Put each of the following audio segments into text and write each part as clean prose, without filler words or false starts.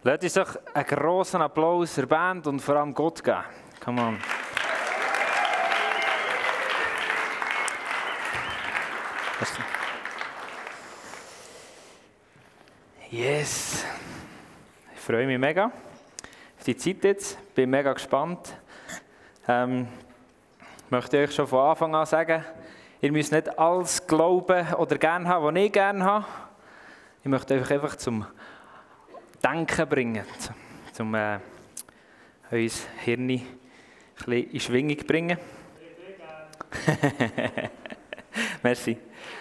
Lasst uns doch einen grossen Applaus der Band und vor allem Gott geben. Come on. Yes. Ich freue mich mega auf die Zeit jetzt. Bin mega gespannt. Ich möchte euch schon von Anfang an sagen, ihr müsst nicht alles glauben oder gerne haben, was ich gerne habe. Ich möchte euch einfach zum Denken bringen, zum euer Hirn ein bisschen in Schwingung bringen. Merci.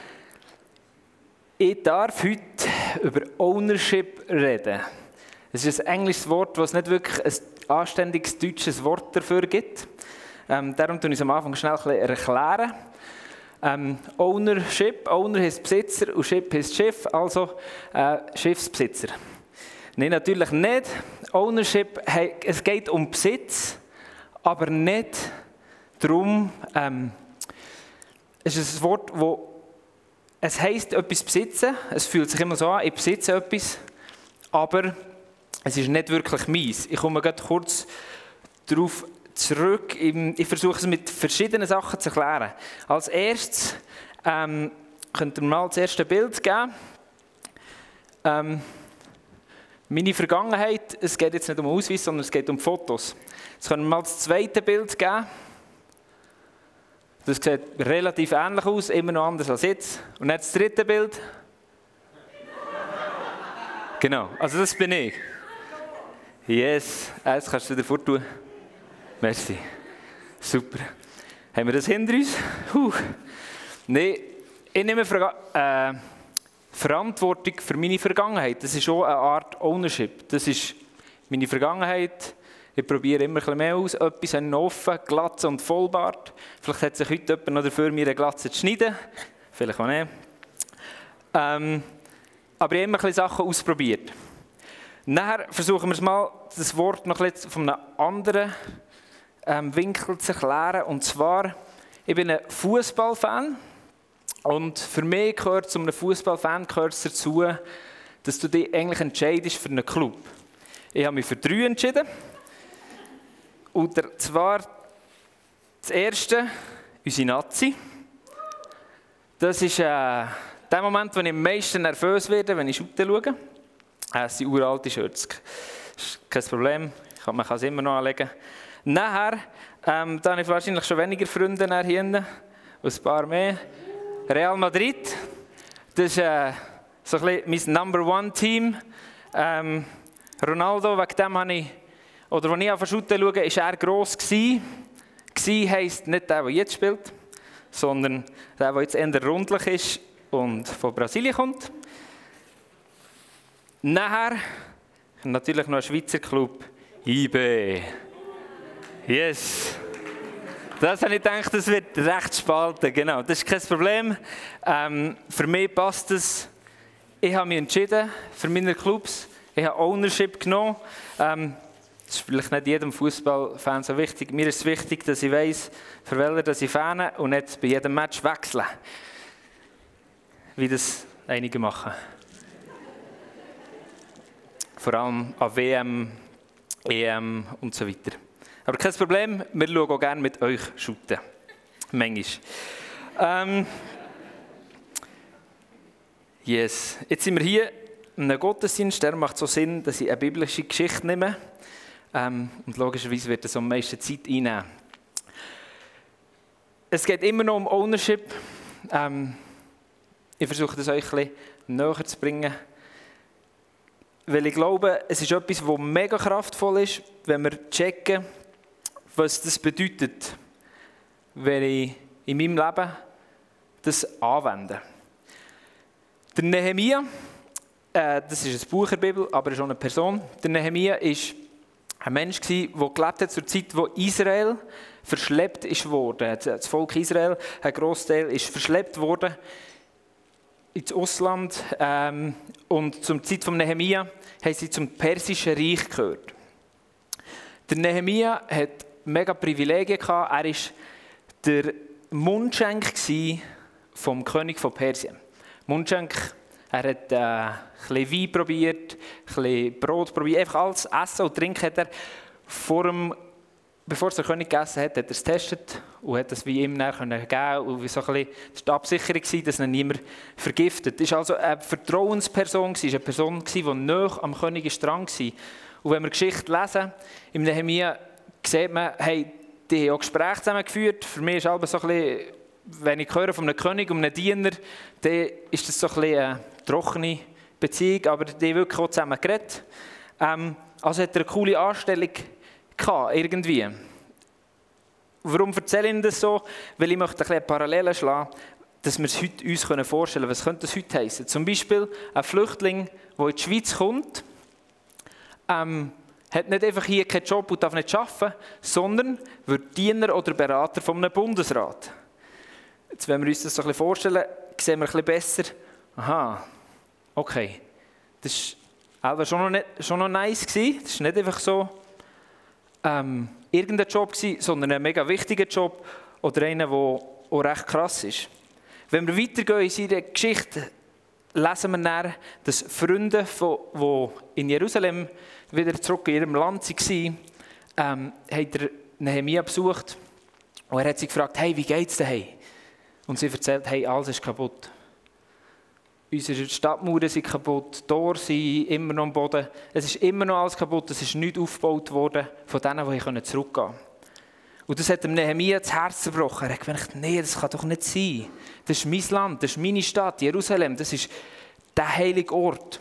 Ich darf heute über Ownership reden. Es ist ein englisches Wort, das nicht wirklich ein anständiges deutsches Wort dafür gibt. Darum tue ich es am Anfang schnell ein bisschen erklären. Ownership, Owner heißt Besitzer und Ship heißt Schiff, also Schiffsbesitzer. Nein, natürlich nicht. Ownership, es geht um Besitz, aber nicht darum, es ist ein Wort, wo es heisst, etwas besitzen. Es fühlt sich immer so an, ich besitze etwas, aber es ist nicht wirklich meins. Ich komme gerade kurz darauf zurück. Ich versuche es mit verschiedenen Sachen zu erklären. Als erstes könnt ihr mir mal das erste Bild geben. Meine Vergangenheit, es geht jetzt nicht um Ausweis, sondern es geht um Fotos. Jetzt können wir mal das zweite Bild geben. Das sieht relativ ähnlich aus, immer noch anders als jetzt. Und jetzt das dritte Bild. Genau, also das bin ich. Yes, jetzt kannst du wieder forttun. Merci. Super. Haben wir das hinter uns? Nein, ich nehme Verantwortung für meine Vergangenheit. Das ist auch eine Art Ownership. Das ist meine Vergangenheit. Ich probiere immer ein bisschen mehr aus. Etwas offen, Glatze und Vollbart. Vielleicht hat sich heute jemand noch dafür, mir eine Glatze zu schneiden. Vielleicht auch nicht. Aber ich habe immer ein bisschen Sachen ausprobiert. Nachher versuchen wir es mal, das Wort noch ein bisschen von einem anderen Winkel zu erklären. Und zwar, ich bin ein Fußballfan. Und für mich gehört zu einem Fußballfan dazu, dass du dich eigentlich entscheidest für einen Club. Ich habe mich für 3 entschieden. Und zwar das erste, unsere Nazi. Das ist der Moment, wo ich am meisten nervös werde, wenn ich schaue. Es sind uralte Shirts. Das ist kein Problem, man kann es immer noch anlegen. Nachher, da habe ich wahrscheinlich schon weniger Freunde hier hinten, ein paar mehr. Real Madrid, das ist so ein bisschen mein Number-One-Team. Ronaldo, wegen dem habe ich, oder als ich auf den schaue, war er gross gewesen. Gewesen heisst nicht der jetzt spielt, sondern der jetzt eher rundlich ist und von Brasilien kommt. Nachher natürlich noch ein Schweizer Club, IB. Yes! Das habe ich gedacht, das wird recht spalten. Genau, das ist kein Problem. Für mich passt es. Ich habe mich entschieden für meine Clubs. Ich habe Ownership genommen. Das ist vielleicht nicht jedem Fußballfan so wichtig. Mir ist es wichtig, dass ich weiss, für welche ich fane und nicht bei jedem Match wechseln. Wie das einige machen. Vor allem an WM, EM und so weiter. Aber kein Problem, wir schauen auch gerne mit euch shooten. Manchmal. Yes. Jetzt sind wir hier in einem Gottesdienst. Der macht so Sinn, dass ich eine biblische Geschichte nehme. Und logischerweise wird das am meisten Zeit einnehmen. Es geht immer noch um Ownership. Ich versuche das euch ein bisschen näher zu bringen. Weil ich glaube, es ist etwas, das mega kraftvoll ist, wenn wir checken, was das bedeutet, wenn ich in meinem Leben das anwende. Der Nehemia, das ist ein Buch der Bibel, aber schon eine Person. Der Nehemia war ein Mensch, der gelebt hat zur Zeit, wo Israel verschleppt wurde. Das Volk Israel, ein Grossteil, ist verschleppt worden ins Ausland. Und zur Zeit von Nehemia haben sie zum Persischen Reich gehört. Der Nehemia hat mega Privilegien gehabt. Er war der Mundschenk vom König von Persien. Mundschenk Er hat ein bisschen Wein probiert, ein bisschen Brot probiert, einfach alles Essen und Trinken hat er bevor es der König gegessen hat, hat er es getestet und hat es wie ihm dann geben und wie so ein bisschen, das war die Absicherung, dass ihn niemand vergiftet. Es war also eine Vertrauensperson, eine Person, die nahe am König dran war. Und wenn wir Geschichte lesen, im Nehemia sieht man, hey, die haben auch Gespräche zusammen geführt. Für mich ist es so ein bisschen, wenn ich höre von einem König und einem Diener, dann ist das so ein bisschen eine trockene Beziehung, aber die haben wirklich auch zusammen geredet. Also hat er eine coole Anstellung gehabt, irgendwie. Warum erzähle ich Ihnen das so? Weil ich möchte ein bisschen Parallelen schlagen, dass wir es heute uns vorstellen können. Was könnte das heute heissen? Zum Beispiel ein Flüchtling, der in die Schweiz kommt, hat nicht einfach hier keinen Job und darf nicht arbeiten, sondern wird Diener oder Berater von einem Bundesrat. Jetzt, wenn wir uns das so ein bisschen vorstellen, sehen wir ein bisschen besser, aha, okay, das war schon noch nice gewesen. Das ist nicht einfach so irgendein Job gewesen, sondern ein mega wichtiger Job oder einer, der auch recht krass ist. Wenn wir weitergehen in seiner Geschichte, lesen wir dann, dass Freunde, die in Jerusalem wieder zurück in ihrem Land waren, haben Nehemia besucht und er hat sie gefragt, hey, wie geht's dir? Und sie erzählt, hey, alles ist kaputt. Unsere Stadtmauern sind kaputt, die Tore sind immer noch am Boden. Es ist immer noch alles kaputt, es ist nichts aufgebaut worden von denen, die zurückgehen können. Und das hat dem Nehemia das Herz zerbrochen. Er hat gedacht, nee, das kann doch nicht sein. Das ist mein Land, das ist meine Stadt, Jerusalem, das ist der heilige Ort.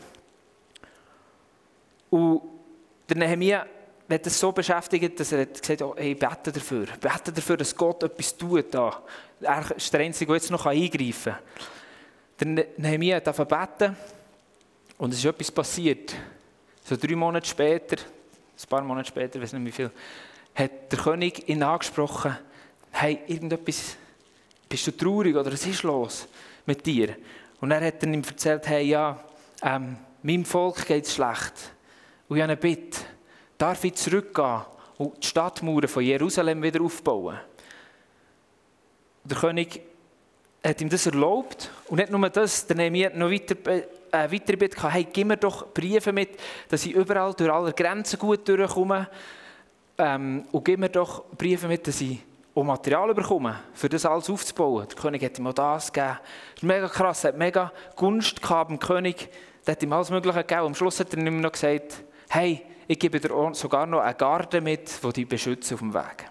Und der Nehemia hat es so beschäftigt, dass er gesagt hat, hey, bete dafür, dass Gott etwas tut. Da. Er ist der Einzige, der jetzt noch eingreifen kann. Der Nehemia hat angefangen zu beten und es ist etwas passiert. So 3 Monate später, ein paar Monate später, ich weiß nicht wie viel, hat der König ihn angesprochen, hey, irgendetwas, bist du traurig oder was ist los mit dir? Und er hat ihm erzählt, hey, ja, meinem Volk geht es schlecht. Und ich habe eine Bitte, darf ich zurückgehen und die Stadtmauern von Jerusalem wieder aufbauen? Und der König hat ihm das erlaubt. Und nicht nur das, der Nehemia hat noch weitere Bitte gehabt, hey, gib mir doch Briefe mit, dass ich überall durch alle Grenzen gut durchkomme. Und gib mir doch Briefe mit, dass ich auch Material bekomme, für das alles aufzubauen. Der König hat ihm auch das gegeben. Das ist mega krass, er hat mega Gunst gehabt dem König. Der hat ihm alles Mögliche gegeben. Am Schluss hat er ihm noch gesagt, hey, ich gebe dir sogar noch eine Garde mit, die dich beschützt auf dem Weg.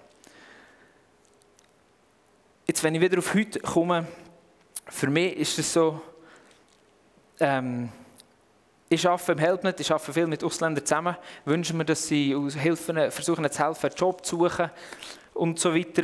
Jetzt, wenn ich wieder auf heute komme, für mich ist es so, ich arbeite im HelpNet, ich arbeite viel mit Ausländern zusammen, wünsche mir, dass sie versuchen zu helfen, einen Job zu suchen und so weiter.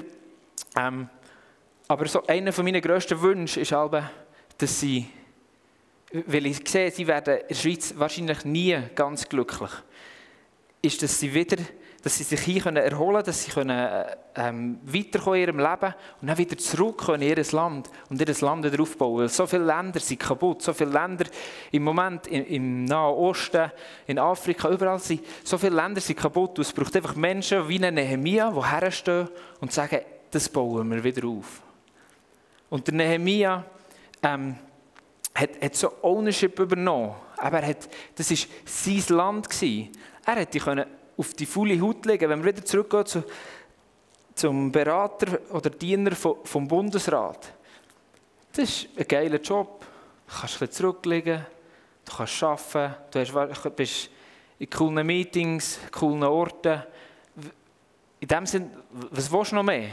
Aber so einer meiner grössten Wünsche ist aber, dass sie, weil ich sehe, sie werden in der Schweiz wahrscheinlich nie ganz glücklich, ist, dass sie sich hier erholen können, dass sie weiterkommen in ihrem Leben und dann wieder zurück können in ihr Land und ihr Land wieder aufbauen. Weil so viele Länder sind kaputt, so viele Länder im Moment im Nahen Osten, in Afrika, überall sind so viele Länder sind kaputt. Und es braucht einfach Menschen wie eine Nehemia, die herstehen und sagen, das bauen wir wieder auf. Und der Nehemia hat so Ownership übernommen. Aber das war sein Land gewesen. Er hätte auf die faule Haut legen, wenn wir wieder zurückgehen zum Berater oder Diener vom Bundesrat. Das ist ein geiler Job. Du kannst ein bisschen zurücklegen, du kannst arbeiten, du bist in coolen Meetings, coolen Orten. In dem Sinne, was willst du noch mehr?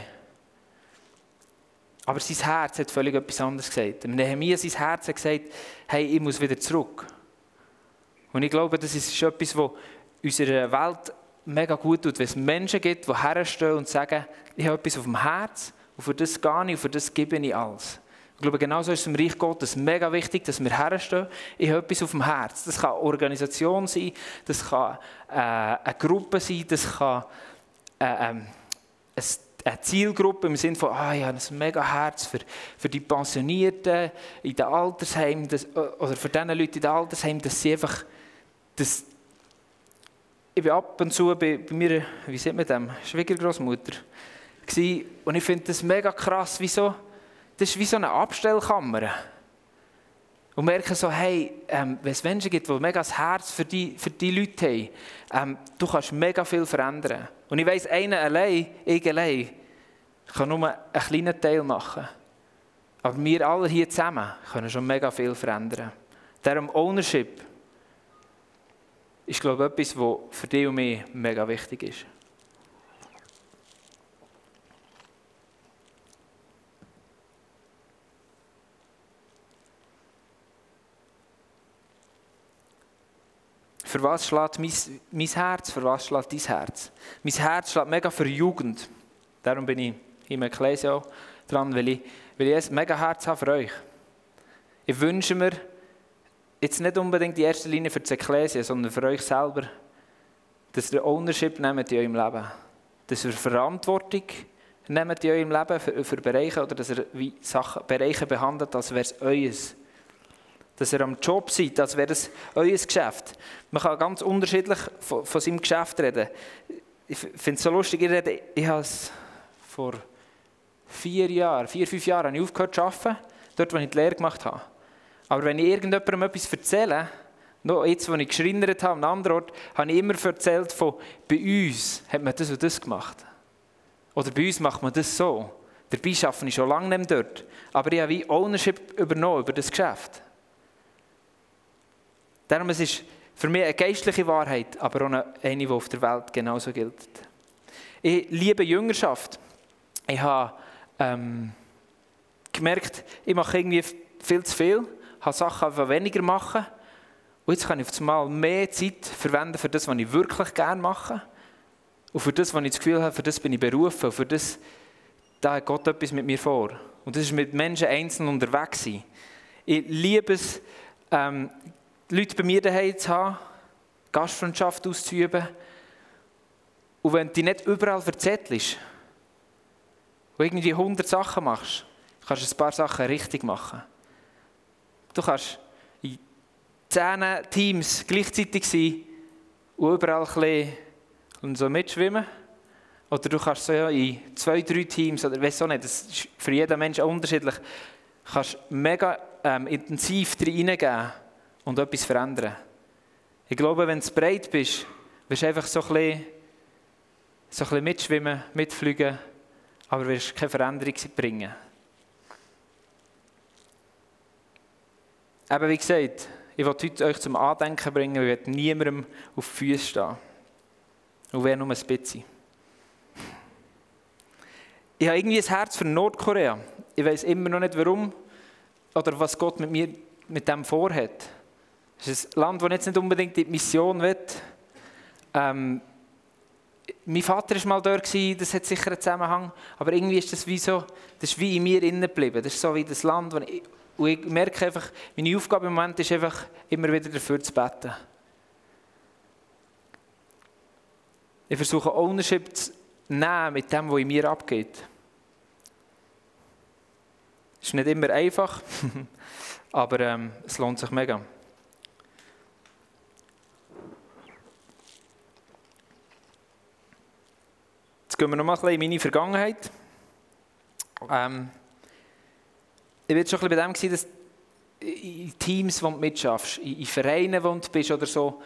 Aber sein Herz hat völlig etwas anderes gesagt. Nehemia, sein Herz hat gesagt, hey, ich muss wieder zurück. Und ich glaube, das ist etwas, was unserer Welt mega gut tut, wenn es Menschen gibt, die herstehen und sagen, ich habe etwas auf dem Herz und für das gehe ich und für das gebe ich alles. Ich glaube, genauso ist es im Reich Gottes mega wichtig, dass wir herstehen. Ich habe etwas auf dem Herz. Das kann eine Organisation sein, das kann eine Gruppe sein, das kann eine Zielgruppe im Sinne von, ich habe ein mega Herz für die Pensionierten in den Altersheimen oder für diese Leute in den Altersheimen, dass sie einfach ich war ab und zu bei meiner, wie sieht man dem, Schwiegergroßmutter und ich finde das mega krass, wieso? Das ist wie so eine Abstellkammer. Und merken so, hey, wenn es Menschen gibt, die mega das Herz für die Leute haben, du kannst mega viel verändern. Und ich weiss, ich allein, kann nur einen kleinen Teil machen. Aber wir alle hier zusammen können schon mega viel verändern. Darum Ownership ist, glaube ich, etwas, was für dich und mich mega wichtig ist. Für was schlägt mein Herz? Für was schlägt dein Herz? Mein Herz schlägt mega für Jugend. Darum bin ich im Ecclesia dran, weil ich ein mega Herz habe für euch. Ich wünsche mir, jetzt nicht unbedingt in erster Linie für das Ecclesia, sondern für euch selber, dass ihr Ownership nehmt in eurem Leben. Dass ihr Verantwortung nehmt in eurem Leben für Bereiche, oder dass ihr Bereiche behandelt, als wäre es euers. Dass ihr am Job seid, als wäre es euer Geschäft. Man kann ganz unterschiedlich von seinem Geschäft reden. Ich finde es so lustig, ich habe es vor 4-5 Jahren habe ich aufgehört zu arbeiten, dort, wo ich die Lehre gemacht habe. Aber wenn ich irgendjemandem etwas erzähle, noch jetzt, wo ich geschreinert habe, an einem anderen Ort, habe ich immer erzählt von, bei uns hat man das und das gemacht. Oder bei uns macht man das so. Dabei arbeite ich schon lange nicht dort. Aber ich habe wie Ownership übernommen über das Geschäft. Darum es ist für mich eine geistliche Wahrheit, aber auch eine, die auf der Welt genauso gilt. Ich liebe Jüngerschaft. Ich habe gemerkt, ich mache irgendwie viel zu viel, habe Sachen weniger machen. Und jetzt kann ich auf einmal mehr Zeit verwenden für das, was ich wirklich gerne mache. Und für das, was ich das Gefühl habe, für das bin ich berufen. Und für das, da hat Gott etwas mit mir vor. Und das ist mit Menschen einzeln unterwegs sein. Ich liebe es, Leute bei mir daheim zu haben, Gastfreundschaft auszuüben. Und wenn du dich nicht überall verzettelst und irgendwie 100 Sachen machst, kannst du ein paar Sachen richtig machen. Du kannst in 10 Teams gleichzeitig sein und überall ein bisschen so mitschwimmen. Oder du kannst so in 2-3 Teams, oder weiss auch nicht, das ist für jeden Menschen unterschiedlich, kannst mega intensiv reingehen und etwas verändern. Ich glaube, wenn du breit bist, wirst du einfach so ein bisschen mitschwimmen, mitfliegen, aber wirst keine Veränderung bringen. Eben wie gesagt, ich will heute euch zum Andenken bringen, ich will niemandem auf die Füße stehen. Und wer nur ein bisschen. Ich habe irgendwie ein Herz für Nordkorea. Ich weiß immer noch nicht warum oder was Gott mit mir mit dem vorhat. Es ist ein Land, das jetzt nicht unbedingt in die Mission will. Mein Vater war mal dort, das hat sicher einen Zusammenhang. Aber irgendwie ist das wie in mir innen geblieben. Das ist so wie das Land, wo ich merke einfach, meine Aufgabe im Moment ist einfach, immer wieder dafür zu beten. Ich versuche Ownership zu nehmen mit dem, was in mir abgeht. Es ist nicht immer einfach, aber es lohnt sich mega. Jetzt gehen wir noch mal ein bisschen in meine Vergangenheit. Ich war schon ein bisschen bei dem, dass in Teams, wo du mitschaffst, in Vereinen, wo du bist oder so,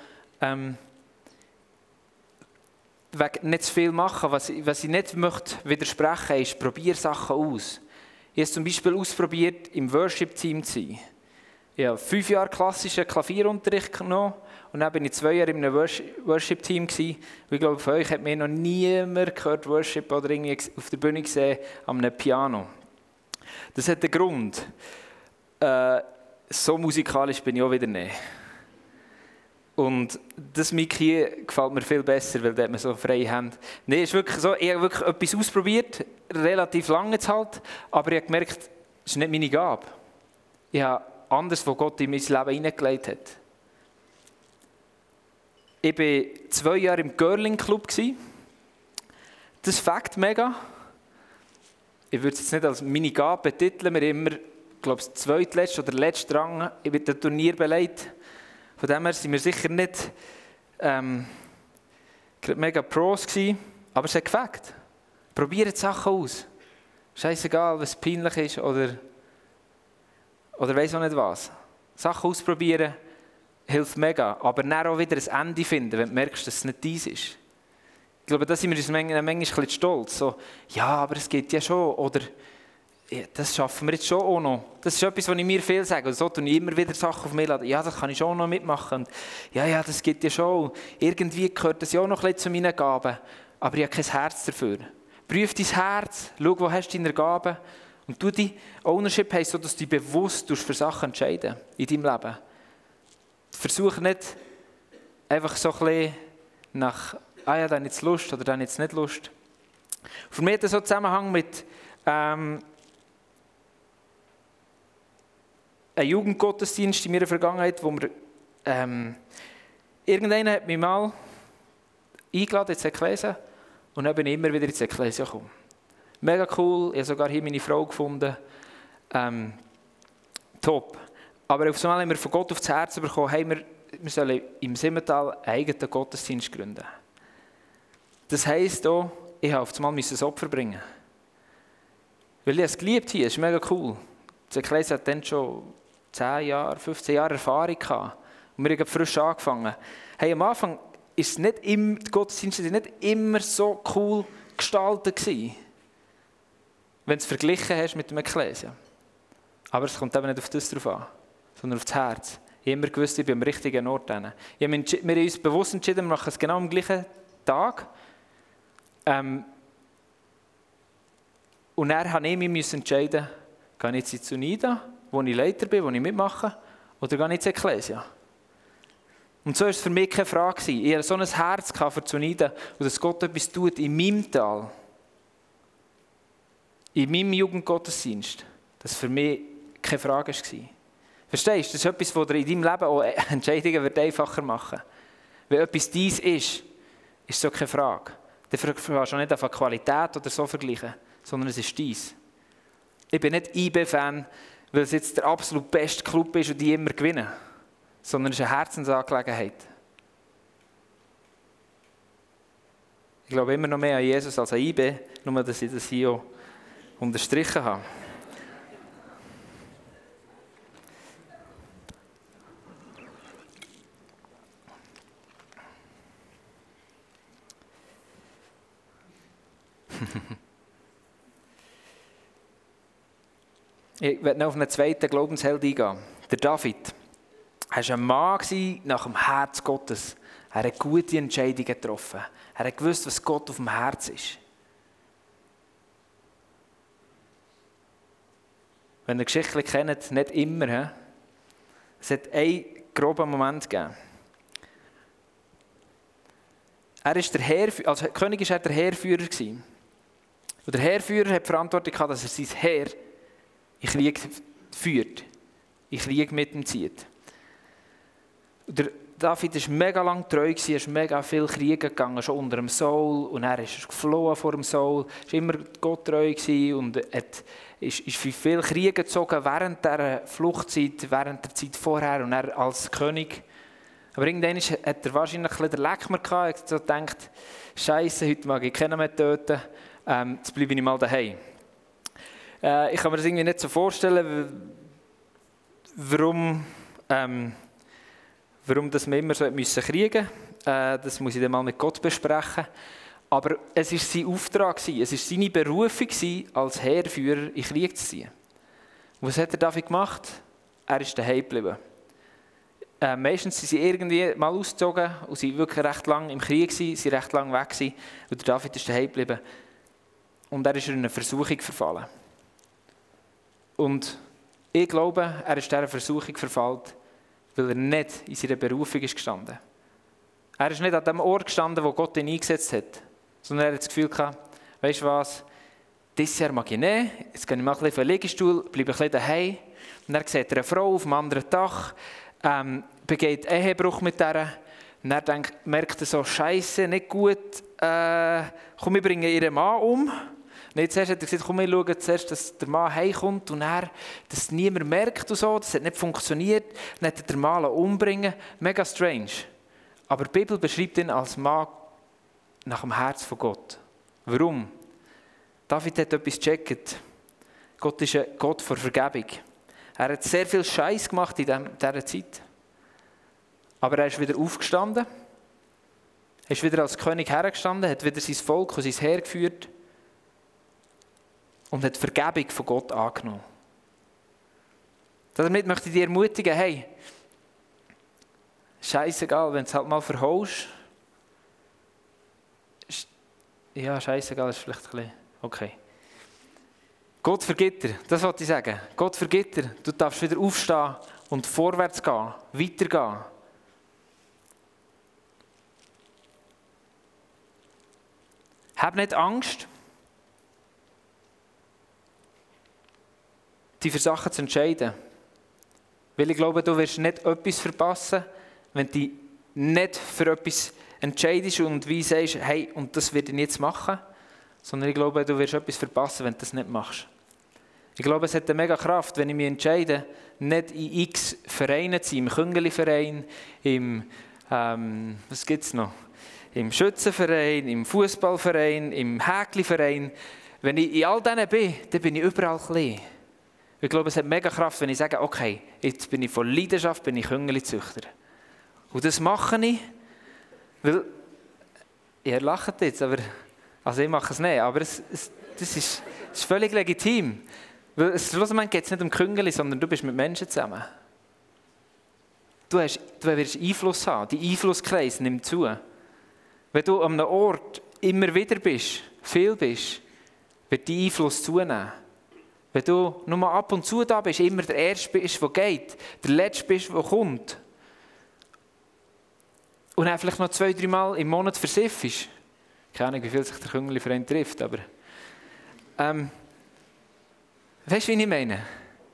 nicht zu viel machen. Was ich nicht möchte widersprechen, ist, probiere Sachen aus. Ich habe es zum Beispiel ausprobiert, im Worship-Team zu sein. Ich habe 5 Jahre klassischen Klavierunterricht genommen und dann war ich 2 Jahre in einem Worship-Team gewesen. Und ich glaube, von euch hat mir noch niemand gehört, Worship oder irgendwie auf der Bühne gesehen, an einem Piano. Das hat einen Grund. So musikalisch bin ich auch wieder nicht. Und das Mic hier gefällt mir viel besser, weil da hat man so freie Hände. Nein, ist wirklich so, ich habe wirklich etwas ausprobiert, relativ lange jetzt halt, aber ich habe gemerkt, das ist nicht meine Gabe. Ich habe anders, was Gott in mein Leben hineingelegt hat. Ich war 2 Jahre im Girling-Club. Das fängt mega. Ich würde es jetzt nicht als meine Gabe betiteln, wir immer, ich glaube, das zweitletzte oder letzte Rang, ich bin das Turnier beleidigt. Von dem her sind wir sicher nicht mega Pros gewesen, aber es hat gefällt. Probiert Sachen aus. Scheißegal, was peinlich ist oder weiss auch nicht was. Sachen ausprobieren hilft mega, aber dann auch wieder ein Ende finden, wenn du merkst, dass es nicht dies ist. Ich glaube, da sind wir uns manchmal ein bisschen stolz. So, ja, aber es geht ja schon. Oder ja, das schaffen wir jetzt schon auch noch. Das ist etwas, was ich mir viel sage. Und so tue ich immer wieder Sachen auf mich laden. Ja, das kann ich schon noch mitmachen. Und ja, das geht ja schon. Irgendwie gehört das ja auch noch ein bisschen zu meinen Gaben. Aber ich habe kein Herz dafür. Prüf dein Herz. Schau, wo hast du deine Gaben. Und du die Ownership heisst so, dass du dich bewusst für Sachen entscheiden in deinem Leben. Versuch nicht einfach so ein bisschen nach, da habe ich jetzt Lust oder da habe ich jetzt nicht Lust. Für mich hat das so einen Zusammenhang mit einem Jugendgottesdienst in meiner Vergangenheit, wo wir, irgendeiner hat mich mal eingeladen ins Ekklesia und dann bin ich immer wieder ins Ekklesia gekommen. Mega cool, ich habe sogar hier meine Frau gefunden. Top. Aber auf einmal haben wir von Gott aufs Herz bekommen, hey, wir sollen im Simmental einen eigenen Gottesdienst gründen. Das heisst auch, ich habe auf einmal ein Opfer bringen. Weil ich es geliebt hier, es ist mega cool. Das Ekklesia hat dann schon 10 Jahre, 15 Jahre Erfahrung gehabt. Und wir haben frisch angefangen. Hey, am Anfang ist die Gottesdienste nicht immer so cool gestaltet gewesen, wenn du es verglichen hast mit dem Ekklesia. Aber es kommt eben nicht auf das drauf an, sondern auf das Herz. Ich habe immer gewusst, ich bin am richtigen Ort. Wir haben uns bewusst entschieden, wir machen es genau am gleichen Tag. Und dann musste ich mich entscheiden, gehe ich jetzt zu Nida, wo ich Leiter bin, wo ich mitmache, oder gehe ich ins Ekklesia? Und so war es für mich keine Frage. Ich hatte so ein Herz für Zunida und dass Gott etwas tut in meinem Tal, in meinem Jugendgottesdienst, das für mich keine Frage war. Verstehst du? Das ist etwas, das dir in deinem Leben auch Entscheidungen einfacher machen wird. Wenn etwas dies ist so keine Frage. Dann kannst du nicht auf Qualität oder so vergleichen, sondern es ist dies. Ich bin nicht IB-Fan, weil es jetzt der absolut beste Club ist und die immer gewinnen. Sondern es ist eine Herzensangelegenheit. Ich glaube immer noch mehr an Jesus als an IB, nur dass ich das hier auch unterstrichen habe. Ich werde noch auf einen zweiten Glaubensheld eingehen. Der David. Er war ein Mann nach dem Herz Gottes. Er hat gute Entscheidungen getroffen. Er hat gewusst, was Gott auf dem Herz ist. Wenn ihr die Geschichte kennt, nicht immer. Es hat einen groben Moment gegeben. Als König war er der Heerführer. Und der Heerführer hat die Verantwortung gehabt, dass er sein Heer in Krieg führt, in Krieg mit ihm zieht. Und der David war mega lang treu, er ist mega viel Kriege gegangen, schon unter dem Saul, und er ist geflohen vor dem Saul, war immer Gott treu und ist für viele Kriege gezogen während der Fluchtzeit, während der Zeit vorher und er als König. Aber irgendwann hat er wahrscheinlich ein bisschen den Leckmer gehabt, er hat so gedacht, Scheiße, heute mag ich keinen mehr töten, jetzt bleibe ich mal daheim. Ich kann mir das irgendwie nicht so vorstellen, warum dass wir immer so kriegen müssen. Das muss ich dann mal mit Gott besprechen. Aber es war sein Auftrag, es war seine Berufung, als Heerführer in Krieg zu ziehen. Und was hat er dafür gemacht? Er ist daheim geblieben. Meistens sind sie irgendwie mal ausgezogen und sie waren wirklich recht lang im Krieg, sie waren recht lang weg. Und der David ist daheim geblieben. Und er ist in eine Versuchung verfallen. Und ich glaube, er ist dieser Versuchung verfallen, weil er nicht in seiner Berufung ist gestanden. Er ist nicht an dem Ort gestanden, wo Gott ihn eingesetzt hat, sondern er hat das Gefühl gehabt, weißt du was, dieses Jahr mag ich nicht, jetzt gehe ich mal ein bisschen auf den Liegestuhl, bleibe ein bisschen daheim. Und dann sieht er eine Frau auf dem anderen Dach, begeht Ehebruch mit der. Und er merkt er so, Scheiße, nicht gut, komm, wir bringen ihren Mann um. Und zuerst hat er gesagt, komm, wir schauen zuerst, dass der Mann heimkommt und er, dass niemand merkt und so. Das hat nicht funktioniert. Dann hat er den Mann umbringen. Mega strange. Aber die Bibel beschreibt ihn als Mann nach dem Herz von Gott. Warum? David hat etwas gecheckt. Gott ist ein Gott der Vergebung. Er hat sehr viel Scheiß gemacht in dieser Zeit. Aber er ist wieder aufgestanden. Er ist wieder als König hergestanden, hat wieder sein Volk und sein Heer geführt und hat Vergebung von Gott angenommen. Damit möchte ich dich ermutigen, hey, scheißegal, wenn du es halt mal verhaust. Ja, scheißegal ist vielleicht ein bisschen okay. Gott vergibt dir, das wollte ich sagen. Gott vergibt dir, du darfst wieder aufstehen und vorwärts gehen, weitergehen. Hab nicht Angst, dich für Sachen zu entscheiden. Weil ich glaube, du wirst nicht etwas verpassen, wenn du dich nicht für etwas entscheidest und wie sagst, hey, und das werde ich jetzt machen. Sondern ich glaube, du wirst etwas verpassen, wenn du das nicht machst. Ich glaube, es hat eine mega Kraft, wenn ich mich entscheide, nicht in x Vereinen zu sein, im Küngeli-Verein, im, was gibt's noch? Im Schützenverein, im Fußballverein, im Häkli-Verein. Wenn ich in all denen bin, dann bin ich überall klein. Ich glaube, es hat mega Kraft, wenn ich sage, okay, jetzt bin ich von Leidenschaft, bin ich Küngeli-Züchter. Und das mache ich, weil, ihr lacht jetzt, aber, also ich mache es nicht, aber das ist völlig legitim. Weil schlussendlich geht es nicht um Küngeli, sondern du bist mit Menschen zusammen. Du wirst Einfluss haben, dein Einflusskreis nimmt zu. Wenn du an einem Ort immer wieder bist, viel bist, wird dein Einfluss zunehmen. Wenn du nur ab und zu da bist, immer der Erste bist, der geht, der Letzte bist, der kommt, und dann vielleicht noch 2-3 Mal im Monat versiffst, keine Ahnung, wie viel sich der Küngeli-Verein trifft, aber weißt du, wie ich meine?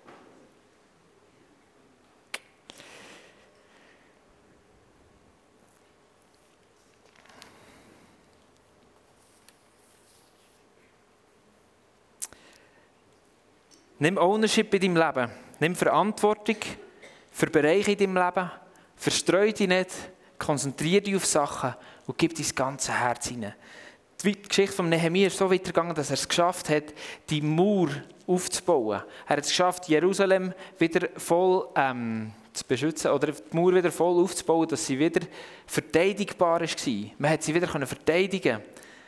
Nimm Ownership in deinem Leben. Nimm Verantwortung für Bereiche in deinem Leben. Verstreu dich nicht. Konzentriere dich auf Sachen und gib dein ganzes Herz hinein. Die Geschichte von Nehemia ist so weitergegangen, dass er es geschafft hat, die Mauer aufzubauen. Er hat es geschafft, Jerusalem wieder voll zu beschützen oder die Mauer wieder voll aufzubauen, dass sie wieder verteidigbar war. Man hat sie wieder verteidigen.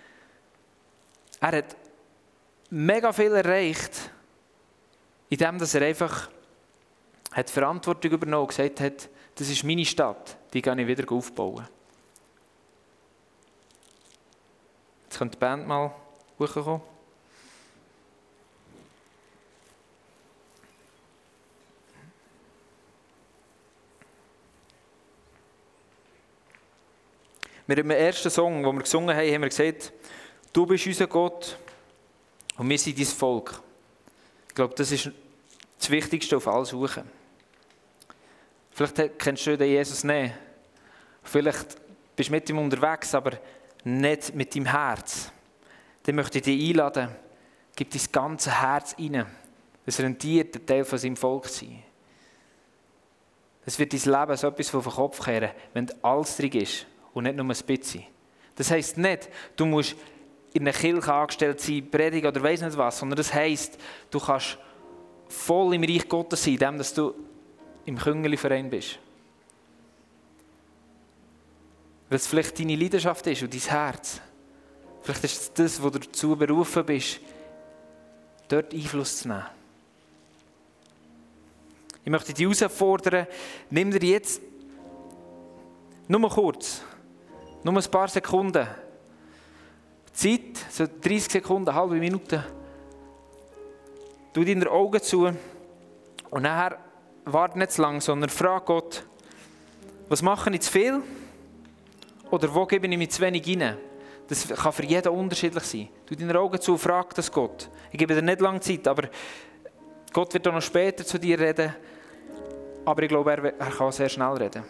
Er hat mega viel erreicht, indem er einfach Verantwortung übernommen und gesagt hat, das ist meine Stadt, die kann ich wieder aufbauen. Jetzt könnte die Band mal hochkommen. Wir haben im ersten Song, den wir gesungen haben, haben wir gesagt, du bist unser Gott und wir sind dein Volk. Ich glaube, das ist das Wichtigste auf all Suchen. Vielleicht kennst du den Jesus nicht. Vielleicht bist du mit ihm unterwegs, aber nicht mit deinem Herz. Dann möchte ich dich einladen, gib dein ganzes Herz rein. Es rentiert, ein Teil von seinem Volk zu sein. Es wird dein Leben so etwas auf den Kopf kehren, wenn alles drin ist und nicht nur ein bisschen. Das heisst nicht, du musst in einer Kirche angestellt sein, predigen oder weiss nicht was, sondern das heisst, du kannst voll im Reich Gottes sein, indem du im Küngeli-Verein bist. Weil es vielleicht deine Leidenschaft ist und dein Herz. Vielleicht ist es das, wo du dazu berufen bist, dort Einfluss zu nehmen. Ich möchte dich herausfordern, nimm dir jetzt nur kurz, nur ein paar Sekunden Zeit, so 30 Sekunden, eine halbe Minute. Tu deine Augen zu und nachher warte nicht zu lang, sondern frag Gott, was mache ich zu viel oder wo gebe ich mich zu wenig rein? Das kann für jeden unterschiedlich sein. Tu deine Augen zu und frag das Gott. Ich gebe dir nicht lange Zeit, aber Gott wird auch noch später zu dir reden. Aber ich glaube, er kann sehr schnell reden.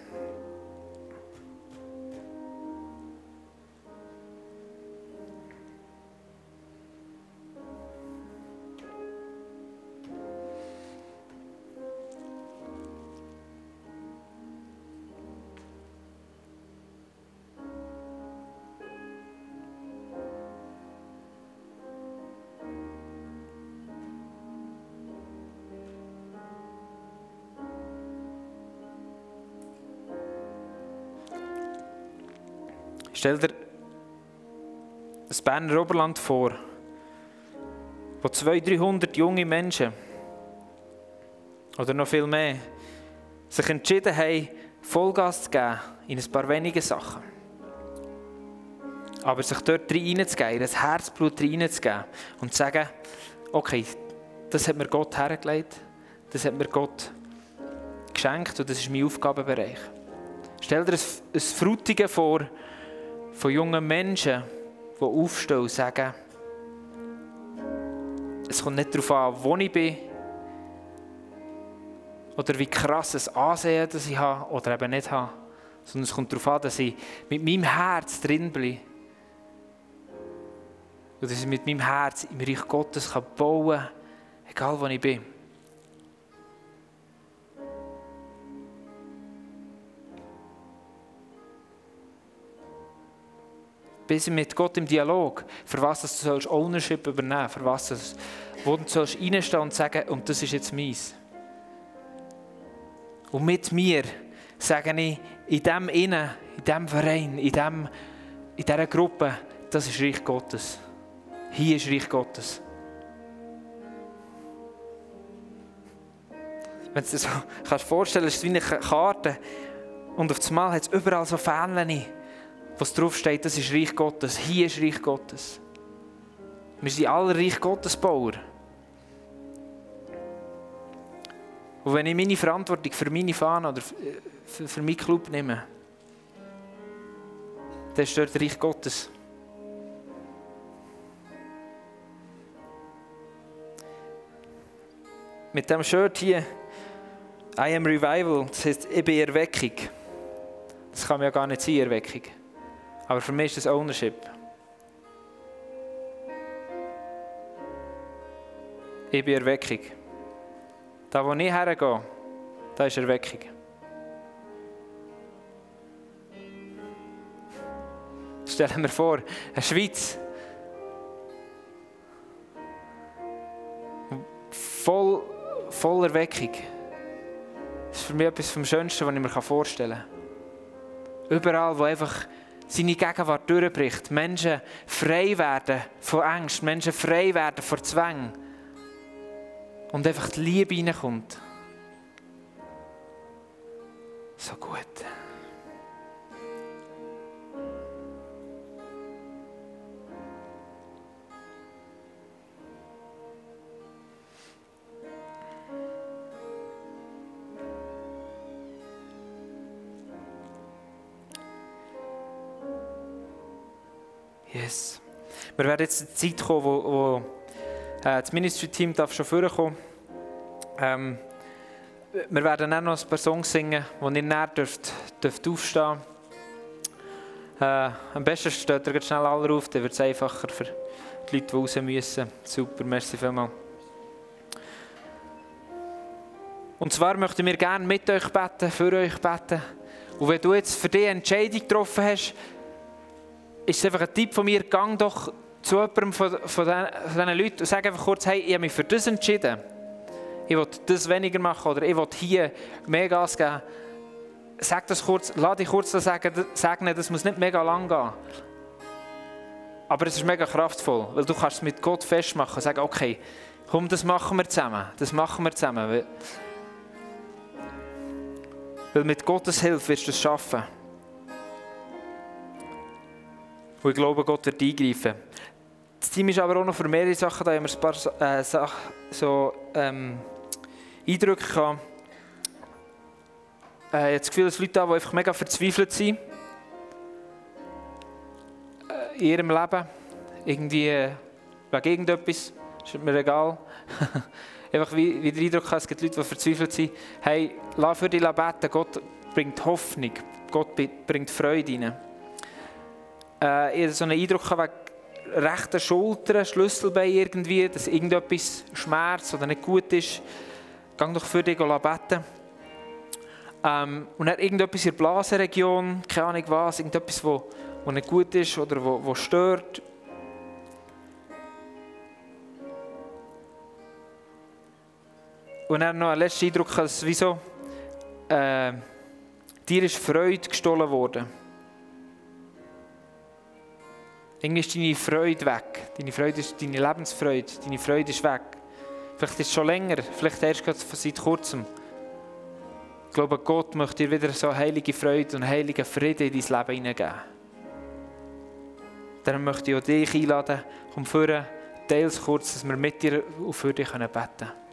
Stell dir das Berner Oberland vor, wo 200-300 junge Menschen oder noch viel mehr sich entschieden haben, Vollgas zu geben in ein paar wenige Sachen. Aber sich dort reinzugeben, das Herzblut reinzugeben und zu sagen, okay, das hat mir Gott hergelegt, das hat mir Gott geschenkt und das ist mein Aufgabenbereich. Stell dir ein Frutigen vor von jungen Menschen, die aufstehen und sagen, es kommt nicht darauf an, wo ich bin oder wie krass ein Ansehen das ich habe oder eben nicht habe, sondern es kommt darauf an, dass ich mit meinem Herz drin bleibe und dass ich mit meinem Herz im Reich Gottes bauen kann, egal wo ich bin. Bis mit Gott im Dialog, für was du sollst Ownership übernehmen, für was wo du sollst reinstehen und sagen, und das ist jetzt meins. Und mit mir sage ich, in dem Innen, in diesem Verein, in dieser Gruppe, das ist Reich Gottes. Hier ist Reich Gottes. Wenn du dir so kannst vorstellen, ist es wie eine Karte und auf einmal hat es überall so Fähnchen, was drauf steht, das ist Reich Gottes. Hier ist Reich Gottes. Wir sind alle Reich Gottes Bauer. Und wenn ich meine Verantwortung für meine Fahne oder für meinen Club nehme, dann ist dort Reich Gottes. Mit diesem Shirt hier, I am Revival, das heisst, ich bin Erweckung. Das kann mir ja gar nicht sein, Erweckung. Aber für mich ist das Ownership. Ich bin Erweckung. Da, wo ich hergehe, da ist Erweckung. Stellen wir vor, eine Schweiz, voll Erweckung. Das ist für mich etwas vom Schönsten, was ich mir vorstellen kann. Überall, wo einfach seine Gegenwart durchbricht, Menschen frei werden von Angst, Menschen frei werden von Zwängen und einfach die Liebe reinkommt. So gut. Yes. Wir werden jetzt eine Zeit kommen, wo das Ministry-Team schon vorkommen darf. Wir werden auch noch ein paar Songs singen, wo ihr näher dürft aufstehen. Am besten steht ihr schnell alle auf, dann wird es einfacher für die Leute, die raus müssen. Super, merci vielmals. Und zwar möchten wir gerne mit euch beten, für euch beten. Und wenn du jetzt für dich eine Entscheidung getroffen hast, ist es einfach ein Tipp von mir, gang doch zu jemandem von diesen Leuten und sag einfach kurz, hey, ich habe mich für das entschieden. Ich will das weniger machen oder ich will hier mehr Gas geben. Sag das kurz, lass dich kurz sagen, das muss nicht mega lang gehen. Aber es ist mega kraftvoll, weil du kannst es mit Gott festmachen und sagen, okay, komm, das machen wir zusammen. Das machen wir zusammen. Weil mit Gottes Hilfe wirst du es schaffen. Und ich glaube, Gott wird eingreifen. Das Team ist aber auch noch für mehrere Sachen da. Haben wir ein paar Eindrücke gehabt. Ich habe das Gefühl, dass Leute da, die einfach mega verzweifelt sind in ihrem Leben. Irgendwie wegen irgendetwas. Ist mir egal. Einfach wie der Eindruck habe, es gibt Leute, die verzweifelt sind. Hey, lass für dich beten. Gott bringt Hoffnung. Gott bringt Freude rein. Ich hatte so einen Eindruck wegen rechter Schulter, Schlüsselbein irgendwie, dass irgendetwas schmerzt oder nicht gut ist. Geh doch für dich beten. Und dann irgendetwas in der Blasenregion, keine Ahnung was, irgendetwas, wo nicht gut ist oder wo stört. Und dann noch ein letzter Eindruck, dass wieso dir ist Freude gestohlen worden. Irgendwie ist deine Freude weg. Deine Lebensfreude, deine Freude ist weg. Vielleicht ist es schon länger, vielleicht erst gerade seit kurzem. Ich glaube, Gott möchte dir wieder so heilige Freude und heiligen Frieden in dein Leben hineingeben. Darum möchte ich auch dich einladen, komm vor, teile es kurz, dass wir mit dir und für dich beten können.